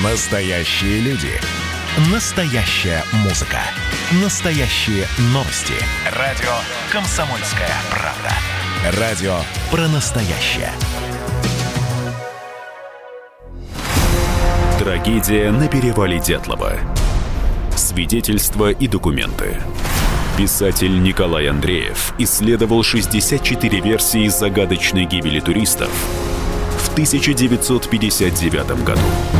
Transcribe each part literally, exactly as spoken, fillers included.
Настоящие люди. Настоящая музыка. Настоящие новости. Радио «Комсомольская правда». Радио про настоящее. Трагедия на перевале Дятлова. Свидетельства и документы. Писатель Николай Андреев исследовал шестьдесят четыре версии загадочной гибели туристов в тысяча девятьсот пятьдесят девятом году.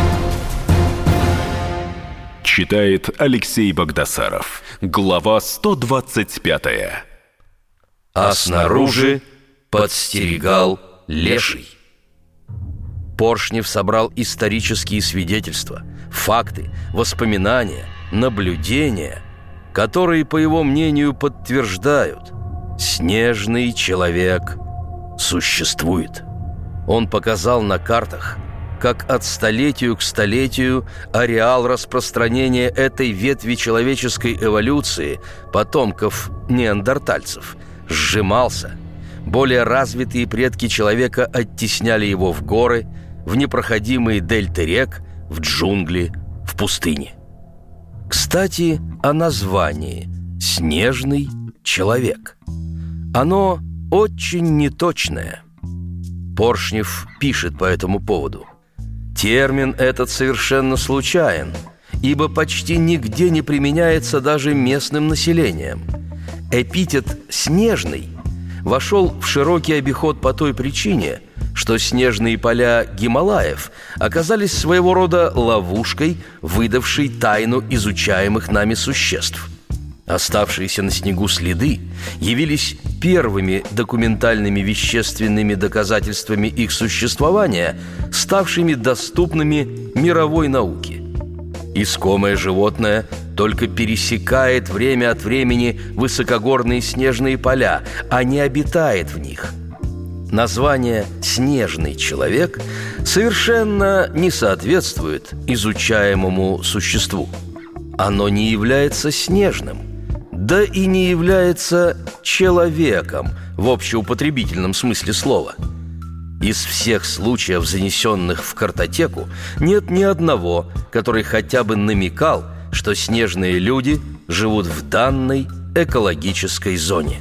Читает Алексей Богдасаров. Глава сто двадцать пятая. А снаружи подстерегал леший. Поршнев собрал исторические свидетельства, факты, воспоминания, наблюдения, которые, по его мнению, подтверждают: снежный человек существует. Он показал на картах, как от столетию к столетию ареал распространения этой ветви человеческой эволюции, потомков неандертальцев, сжимался. Более развитые предки человека оттесняли его в горы, в непроходимые дельты рек, в джунгли, в пустыне. Кстати, о названии «снежный человек». Оно очень неточное. Поршнев пишет по этому поводу: термин этот совершенно случайен, ибо почти нигде не применяется даже местным населением. Эпитет «снежный» вошел в широкий обиход по той причине, что снежные поля Гималаев оказались своего рода ловушкой, выдавшей тайну изучаемых нами существ. Оставшиеся на снегу следы явились первыми документальными вещественными доказательствами их существования, ставшими доступными мировой науке. Искомое животное только пересекает время от времени высокогорные снежные поля, а не обитает в них. Название «снежный человек» совершенно не соответствует изучаемому существу. Оно не является снежным, да и не является человеком в общеупотребительном смысле слова. Из всех случаев, занесенных в картотеку, нет ни одного, который хотя бы намекал, что снежные люди живут в данной экологической зоне.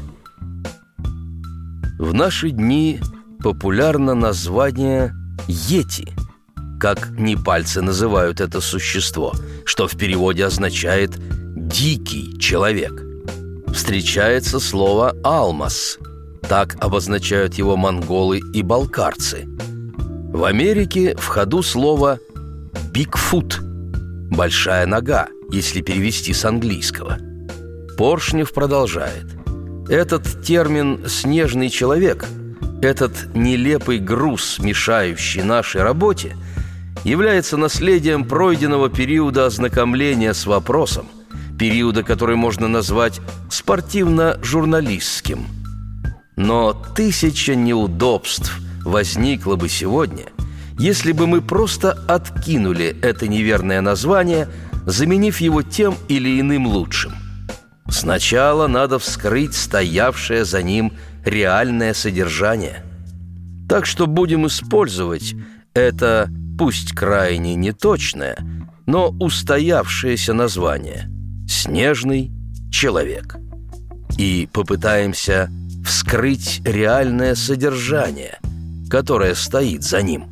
В наши дни популярно название «йети», как непальцы называют это существо, что в переводе означает «дикий человек». Встречается слово «алмаз», так обозначают его монголы и балкарцы. В Америке в ходу слово «бигфут» – «большая нога», если перевести с английского. Поршнев продолжает: этот термин «снежный человек», этот нелепый груз, мешающий нашей работе, является наследием пройденного периода ознакомления с вопросом, периода, который можно назвать спортивно-журналистским. Но тысяча неудобств возникло бы сегодня, если бы мы просто откинули это неверное название, заменив его тем или иным лучшим. Сначала надо вскрыть стоявшее за ним реальное содержание. Так что будем использовать это, пусть крайне неточное, но устоявшееся название «снежный человек». И попытаемся вскрыть реальное содержание, которое стоит за ним.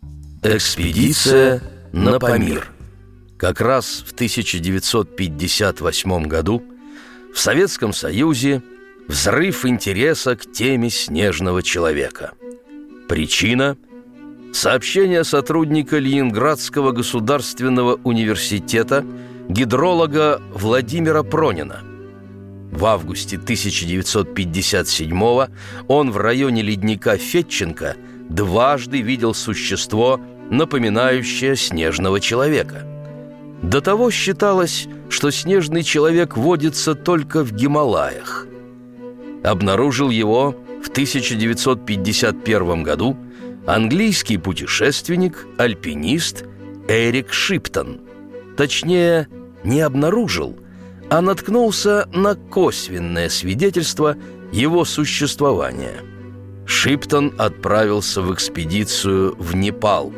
Экспедиция на Памир. Как раз в тысяча девятьсот пятьдесят восьмом году в Советском Союзе взрыв интереса к теме снежного человека. Причина – сообщение сотрудника Ленинградского государственного университета, гидролога Владимира Пронина. В августе тысяча девятьсот пятьдесят седьмого он в районе ледника Федченко дважды видел существо, напоминающее снежного человека. До того считалось, что снежный человек водится только в Гималаях. Обнаружил его в тысяча девятьсот пятьдесят первом году английский путешественник, альпинист Эрик Шиптон. Точнее, не обнаружил, а наткнулся на косвенное свидетельство его существования. Шиптон отправился в экспедицию в Непал.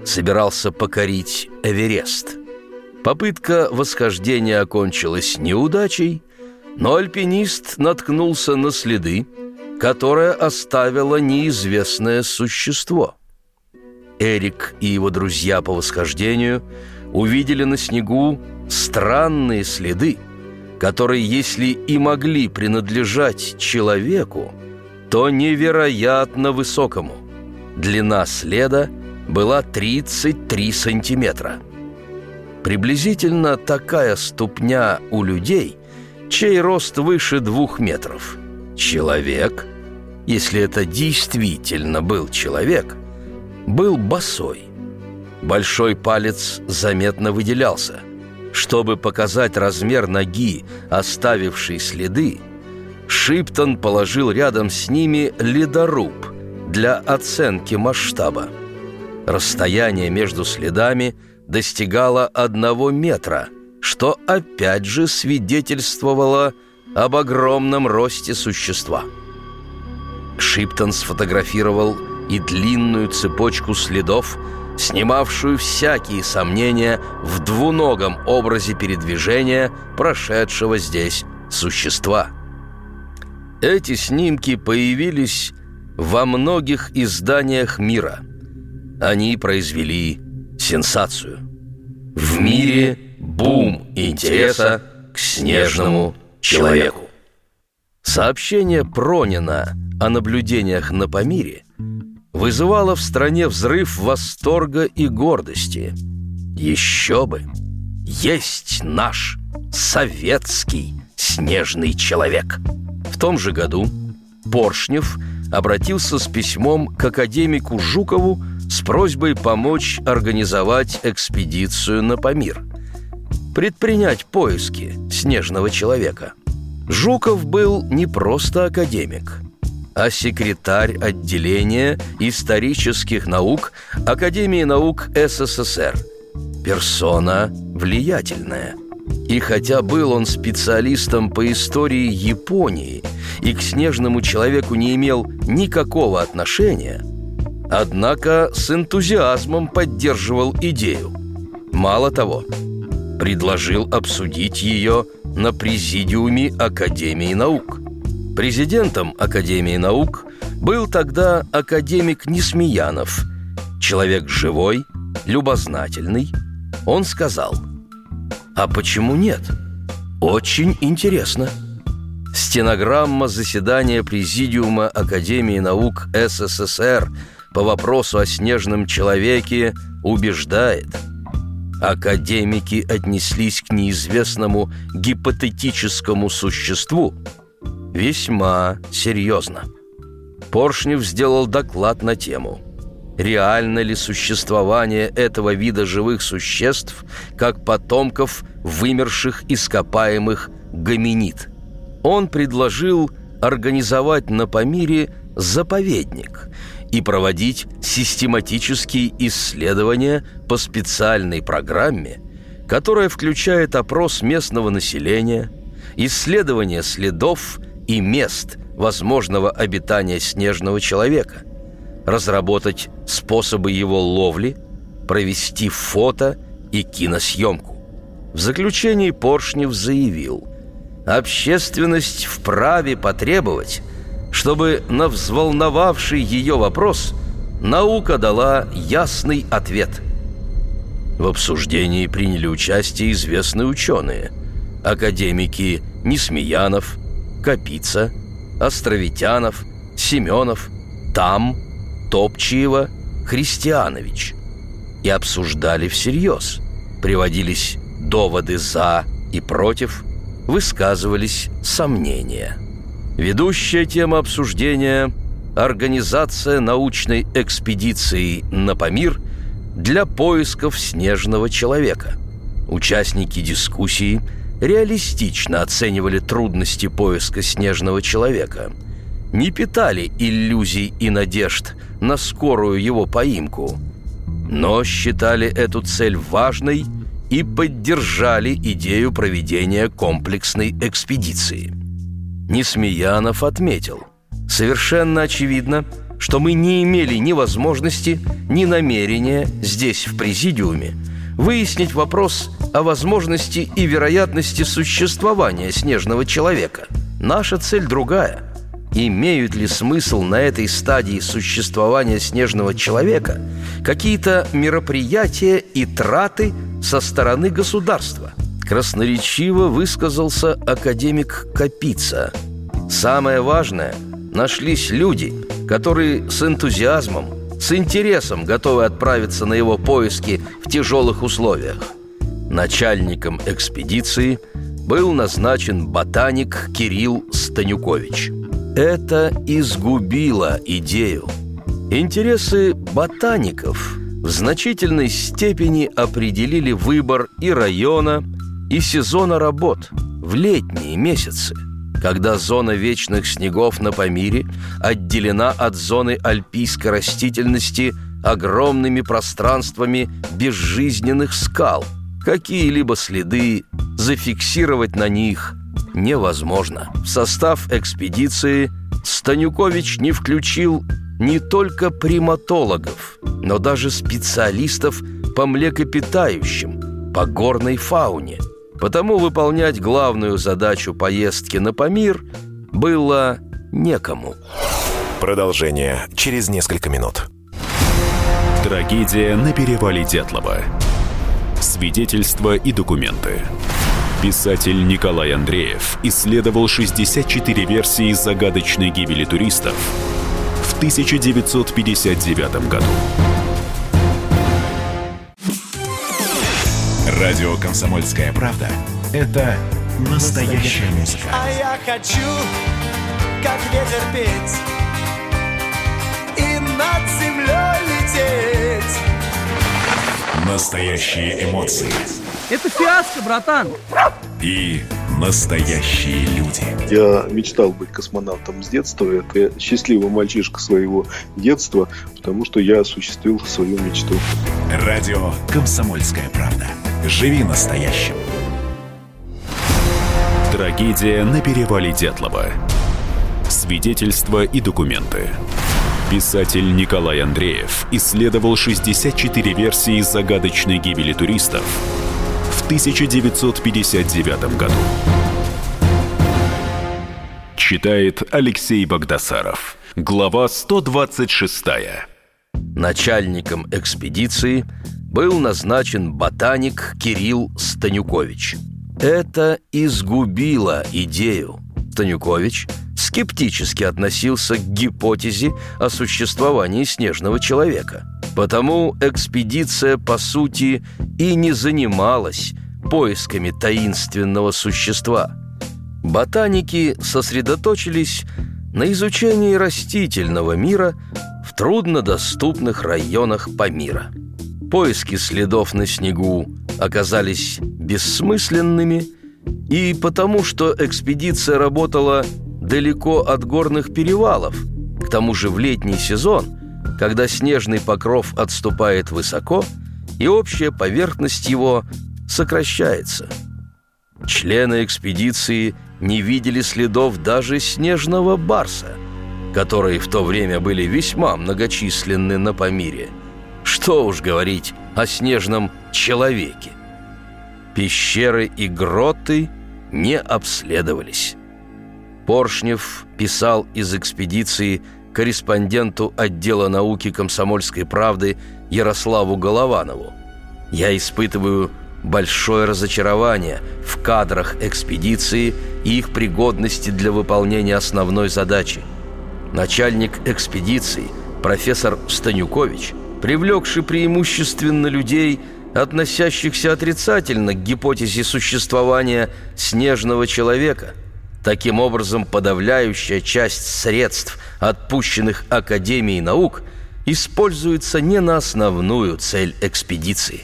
собирался покорить Эверест. Попытка восхождения окончилась неудачей, но альпинист наткнулся на следы, которые оставило неизвестное существо. Эрик и его друзья по восхождению увидели на снегу странные следы, которые, если и могли принадлежать человеку, то невероятно высокому. Длина следа была тридцать три сантиметра. Приблизительно такая ступня у людей, чей рост выше двух метров. Человек, если это действительно был человек, был босой. Большой палец заметно выделялся. Чтобы показать размер ноги, оставившей следы, Шиптон положил рядом с ними ледоруб для оценки масштаба. Расстояние между следами достигало одного метра, что опять же свидетельствовало об огромном росте существа. Шиптон сфотографировал и длинную цепочку следов, снимавшую всякие сомнения в двуногом образе передвижения прошедшего здесь существа. Эти снимки появились во многих изданиях мира. Они произвели сенсацию. В мире бум интереса к снежному человеку. Сообщение Пронина о наблюдениях на Памире вызывало в стране взрыв восторга и гордости. Еще бы! Есть наш советский снежный человек! В том же году Поршнев обратился с письмом к академику Жукову с просьбой помочь организовать экспедицию на Памир, предпринять поиски снежного человека. Жуков был не просто академик, а секретарь отделения исторических наук Академии наук СССР. Персона влиятельная. И хотя был он специалистом по истории Японии и к снежному человеку не имел никакого отношения, однако с энтузиазмом поддерживал идею. Мало того, предложил обсудить ее на президиуме Академии наук. Президентом Академии наук был тогда академик Несмеянов, человек живой, любознательный. Он сказал: «А почему нет? Очень интересно». Стенограмма заседания Президиума Академии наук СССР по вопросу о снежном человеке убеждает: академики отнеслись к неизвестному гипотетическому существу весьма серьезно. Поршнев сделал доклад на тему: реально ли существование этого вида живых существ как потомков вымерших ископаемых гоминид. Он предложил организовать на Памире заповедник и проводить систематические исследования по специальной программе, которая включает опрос местного населения, исследование следов и мест возможного обитания снежного человека, разработать способы его ловли, провести фото и киносъемку. В заключении Поршнев заявил: общественность вправе потребовать, чтобы на взволновавший ее вопрос наука дала ясный ответ. В обсуждении приняли участие известные ученые: академики Несмеянов, Капица, Островитянов, Семенов, Там, Топчиева, Христианович. И обсуждали всерьез. Приводились доводы «за» и «против», высказывались сомнения. Ведущая тема обсуждения – организация научной экспедиции на Памир для поисков снежного человека. Участники дискуссии реалистично оценивали трудности поиска снежного человека, не питали иллюзий и надежд на скорую его поимку, но считали эту цель важной и поддержали идею проведения комплексной экспедиции. Несмеянов отметил: совершенно очевидно, что мы не имели ни возможности, ни намерения здесь, в президиуме, выяснить вопрос о возможности и вероятности существования снежного человека. Наша цель другая. Имеют ли смысл на этой стадии существования снежного человека какие-то мероприятия и траты со стороны государства? Красноречиво высказался академик Капица. Самое важное – нашлись люди, которые с энтузиазмом, с интересом готовы отправиться на его поиски в тяжелых условиях. Начальником экспедиции был назначен ботаник Кирилл Станюкович. Это изгубило идею. Интересы ботаников в значительной степени определили выбор и района, и сезона работ в летние месяцы, когда зона вечных снегов на Памире отделена от зоны альпийской растительности огромными пространствами безжизненных скал. Какие-либо следы зафиксировать на них невозможно. В состав экспедиции Станюкович не включил не только приматологов, но даже специалистов по млекопитающим, по горной фауне. Потому выполнять главную задачу поездки на Памир было некому. Продолжение через несколько минут. Трагедия на перевале Дятлова. Свидетельства и документы. Писатель Николай Андреев исследовал шестьдесят четыре версии загадочной гибели туристов в тысяча девятьсот пятьдесят девятом году. Радио «Комсомольская правда» — это настоящая музыка. А я хочу, как ветер, петь и над землей лететь. Настоящие эмоции. Это фиаско, братан. И настоящие люди. Я мечтал быть космонавтом с детства. Это счастливый мальчишка своего детства, потому что я осуществил свою мечту. Радио «Комсомольская правда». Живи настоящим. Трагедия на перевале Дятлова. Свидетельства и документы. Писатель Николай Андреев исследовал шестьдесят четыре версии загадочной гибели туристов в тысяча девятьсот пятьдесят девятом году. Читает Алексей Багдасаров. Глава сто двадцать шесть. Начальником экспедиции был назначен ботаник Кирилл Станюкович. Это изгубило идею. Станюкович скептически относился к гипотезе о существовании снежного человека. Потому экспедиция, по сути, и не занималась поисками таинственного существа. Ботаники сосредоточились на изучении растительного мира в труднодоступных районах Памира. Поиски следов на снегу оказались бессмысленными, и потому, что экспедиция работала далеко от горных перевалов, к тому же в летний сезон, когда снежный покров отступает высоко, и общая поверхность его сокращается. Члены экспедиции не видели следов даже снежного барса, которые в то время были весьма многочисленны на Памире. Что уж говорить о снежном человеке. Пещеры и гроты не обследовались. Поршнев писал из экспедиции корреспонденту отдела науки «Комсомольской правды» Ярославу Голованову: «Я испытываю большое разочарование в кадрах экспедиции и их пригодности для выполнения основной задачи. Начальник экспедиции, профессор Станюкович, привлекший преимущественно людей, относящихся отрицательно к гипотезе существования снежного человека. Таким образом, подавляющая часть средств, отпущенных Академией наук, используется не на основную цель экспедиции».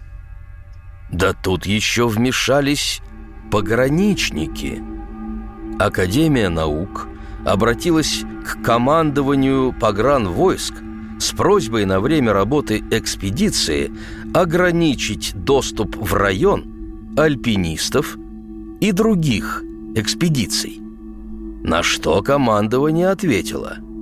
Да тут еще вмешались пограничники. Академия наук обратилась к командованию погранвойск с просьбой на время работы экспедиции ограничить доступ в район альпинистов и других экспедиций. На что командование ответило: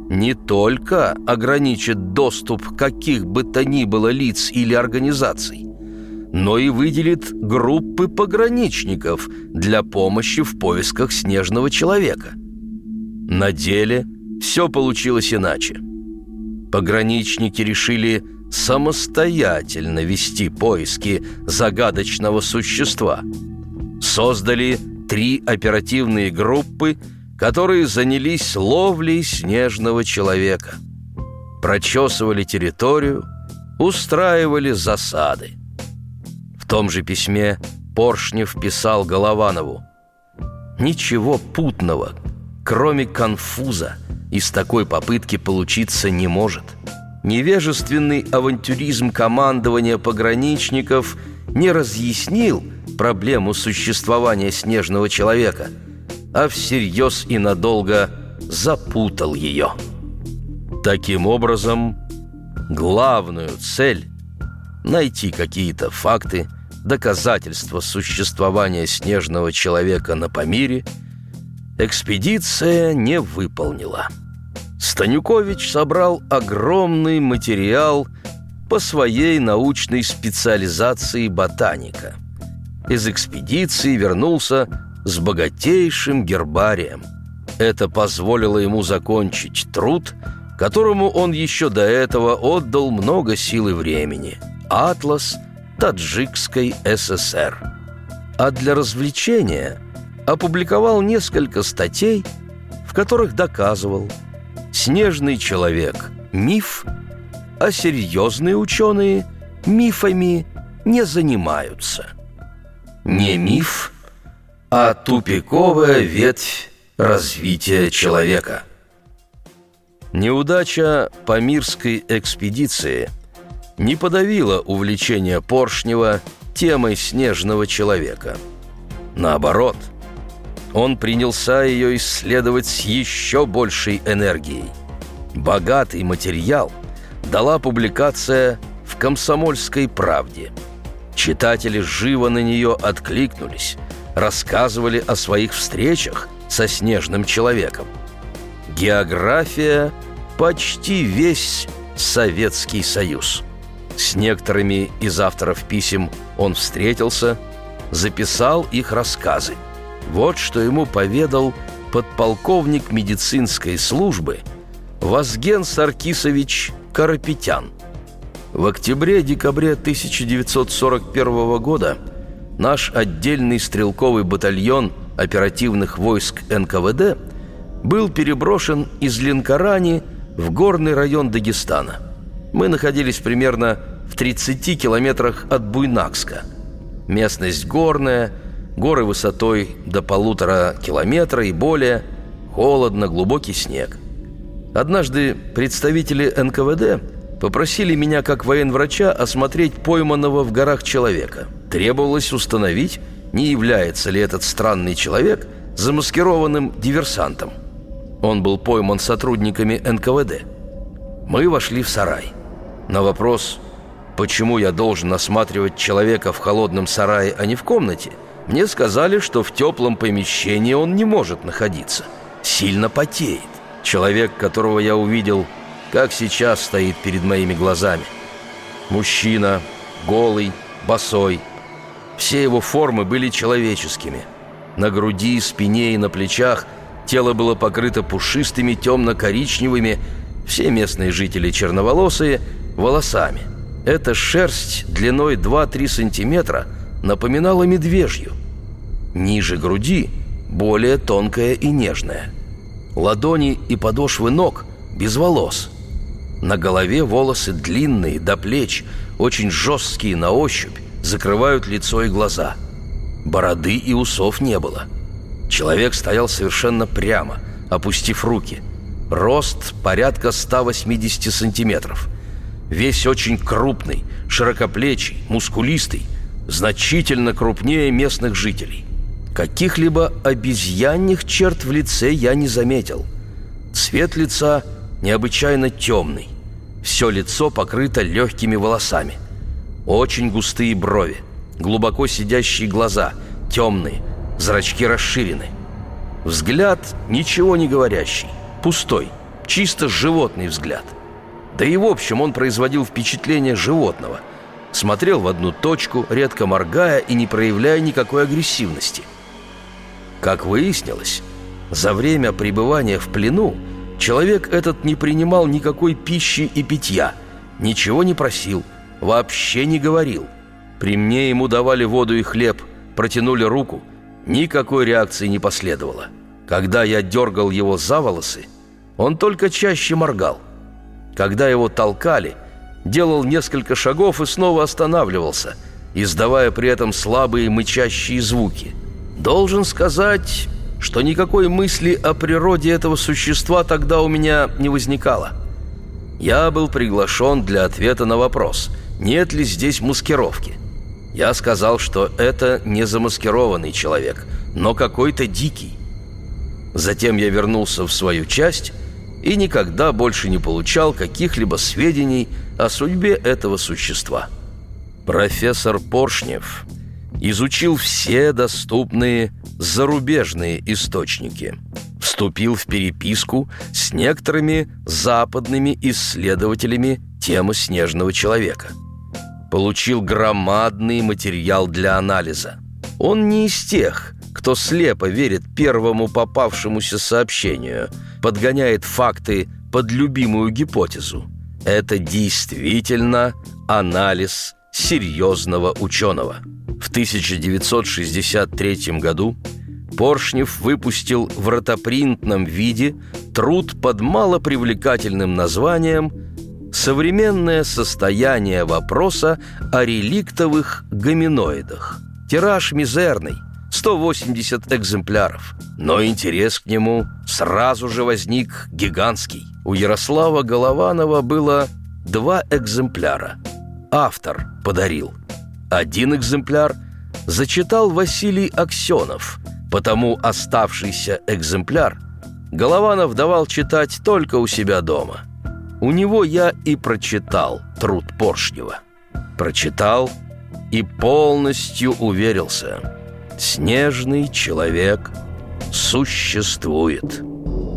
не только ограничит доступ каких бы то ни было лиц или организаций, но и выделит группы пограничников для помощи в поисках снежного человека. На деле все получилось иначе. Пограничники решили самостоятельно вести поиски загадочного существа. Создали три оперативные группы, которые занялись ловлей снежного человека. Прочесывали территорию, устраивали засады. В том же письме Поршнев писал Голованову: «Ничего путного, кроме конфуза, из такой попытки получиться не может. Невежественный авантюризм командования пограничников не разъяснил проблему существования снежного человека, а всерьез и надолго запутал ее». Таким образом, главную цель – найти какие-то факты, доказательства существования снежного человека на Памире – экспедиция не выполнила. Станюкович собрал огромный материал по своей научной специализации ботаника. Из экспедиции вернулся с богатейшим гербарием. Это позволило ему закончить труд, которому он еще до этого отдал много сил и времени – «Атлас Таджикской ССР». А для развлечения опубликовал несколько статей, в которых доказывал: снежный человек – миф, а серьезные ученые мифами не занимаются. Не миф, а тупиковая ветвь развития человека. Неудача Памирской экспедиции не подавила увлечение Поршнева темой снежного человека. Наоборот, он принялся ее исследовать с еще большей энергией. Богатый материал дала публикация в «Комсомольской правде». Читатели живо на нее откликнулись, рассказывали о своих встречах со снежным человеком. География – почти весь Советский Союз. С некоторыми из авторов писем он встретился, записал их рассказы. Вот что ему поведал подполковник медицинской службы Вазген Саркисович Карапетян. В октябре-декабре тысяча девятьсот сорок первого года наш отдельный стрелковый батальон оперативных войск эн ка вэ дэ был переброшен из Ленкорани в горный район Дагестана. Мы находились примерно в тридцати километрах от Буйнакска. Местность горная, горы высотой до полутора километра и более, холодно, глубокий снег. Однажды представители эн ка вэ дэ попросили меня как военврача осмотреть пойманного в горах человека. Требовалось установить, не является ли этот странный человек замаскированным диверсантом. Он был пойман сотрудниками эн ка вэ дэ. Мы вошли в сарай. На вопрос, почему я должен осматривать человека в холодном сарае, а не в комнате, мне сказали, что в теплом помещении он не может находиться. Сильно потеет. Человек, которого я увидел, как сейчас стоит перед моими глазами. Мужчина, голый, босой. Все его формы были человеческими. На груди, спине и на плечах тело было покрыто пушистыми темно-коричневыми, все местные жители черноволосые, волосами. Эта шерсть длиной два-три сантиметра напоминала медвежью. Ниже груди более тонкая и нежная. Ладони и подошвы ног без волос. На голове волосы длинные, до плеч, очень жесткие на ощупь, закрывают лицо и глаза. Бороды и усов не было. Человек стоял совершенно прямо, опустив руки. Рост порядка ста восьмидесяти сантиметров. Весь очень крупный, широкоплечий, мускулистый, значительно крупнее местных жителей. Каких-либо обезьяньих черт в лице я не заметил. Цвет лица необычайно темный. Все лицо покрыто легкими волосами. Очень густые брови, глубоко сидящие глаза, темные, зрачки расширены. Взгляд ничего не говорящий, пустой, чисто животный взгляд. Да и в общем он производил впечатление животного. Смотрел в одну точку, редко моргая и не проявляя никакой агрессивности. Как выяснилось, за время пребывания в плену человек этот не принимал никакой пищи и питья, ничего не просил, вообще не говорил. При мне ему давали воду и хлеб, протянули руку, никакой реакции не последовало. Когда я дергал его за волосы, он только чаще моргал. Когда его толкали, делал несколько шагов и снова останавливался, издавая при этом слабые мычащие звуки. Должен сказать, что никакой мысли о природе этого существа тогда у меня не возникало. Я был приглашен для ответа на вопрос, нет ли здесь маскировки. Я сказал, что это не замаскированный человек, но какой-то дикий. Затем я вернулся в свою часть и никогда больше не получал каких-либо сведений о судьбе этого существа. Профессор Поршнев изучил все доступные зарубежные источники, вступил в переписку с некоторыми западными исследователями темы снежного человека, получил громадный материал для анализа. Он не из тех, кто слепо верит первому попавшемуся сообщению, подгоняет факты под любимую гипотезу. Это действительно анализ серьезного ученого. В тысяча девятьсот шестьдесят третьем году Поршнев выпустил в ротопринтном виде труд под малопривлекательным названием «Современное состояние вопроса о реликтовых гоминоидах». Тираж мизерный – сто восемьдесят экземпляров. Но интерес к нему сразу же возник гигантский. У Ярослава Голованова было два экземпляра. Автор подарил. Один экземпляр зачитал Василий Аксенов, потому оставшийся экземпляр Голованов давал читать только у себя дома. У него я и прочитал труд Поршнева. Прочитал и полностью уверился. Снежный человек существует.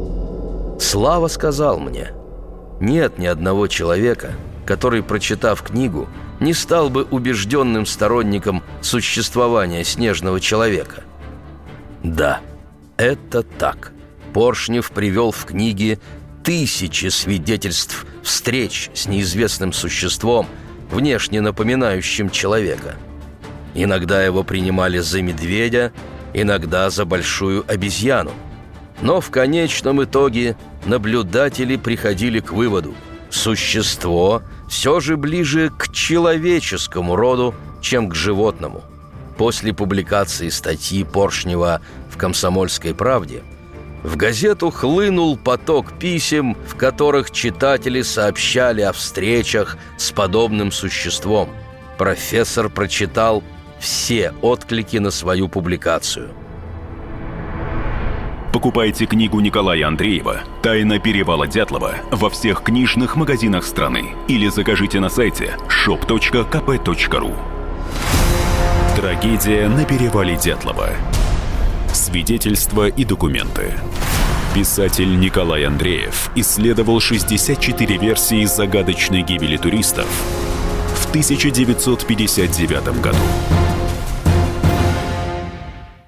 Слава сказал мне: нет ни одного человека, который, прочитав книгу, не стал бы убежденным сторонником существования снежного человека. Да, это так. Поршнев привел в книге тысячи свидетельств встреч с неизвестным существом, внешне напоминающим человека. Иногда его принимали за медведя, иногда за большую обезьяну. Но в конечном итоге наблюдатели приходили к выводу: существо все же ближе к человеческому роду, чем к животному. После публикации статьи Поршнева в «Комсомольской правде» в газету хлынул поток писем, в которых читатели сообщали о встречах с подобным существом. Профессор прочитал все отклики на свою публикацию. Покупайте книгу Николая Андреева «Тайна перевала Дятлова» во всех книжных магазинах страны или закажите на сайте шоп точка ка пэ точка ру. Трагедия на перевале Дятлова. Свидетельства и документы. Писатель Николай Андреев исследовал шестьдесят четыре версии загадочной гибели туристов в тысяча девятьсот пятьдесят девятом году.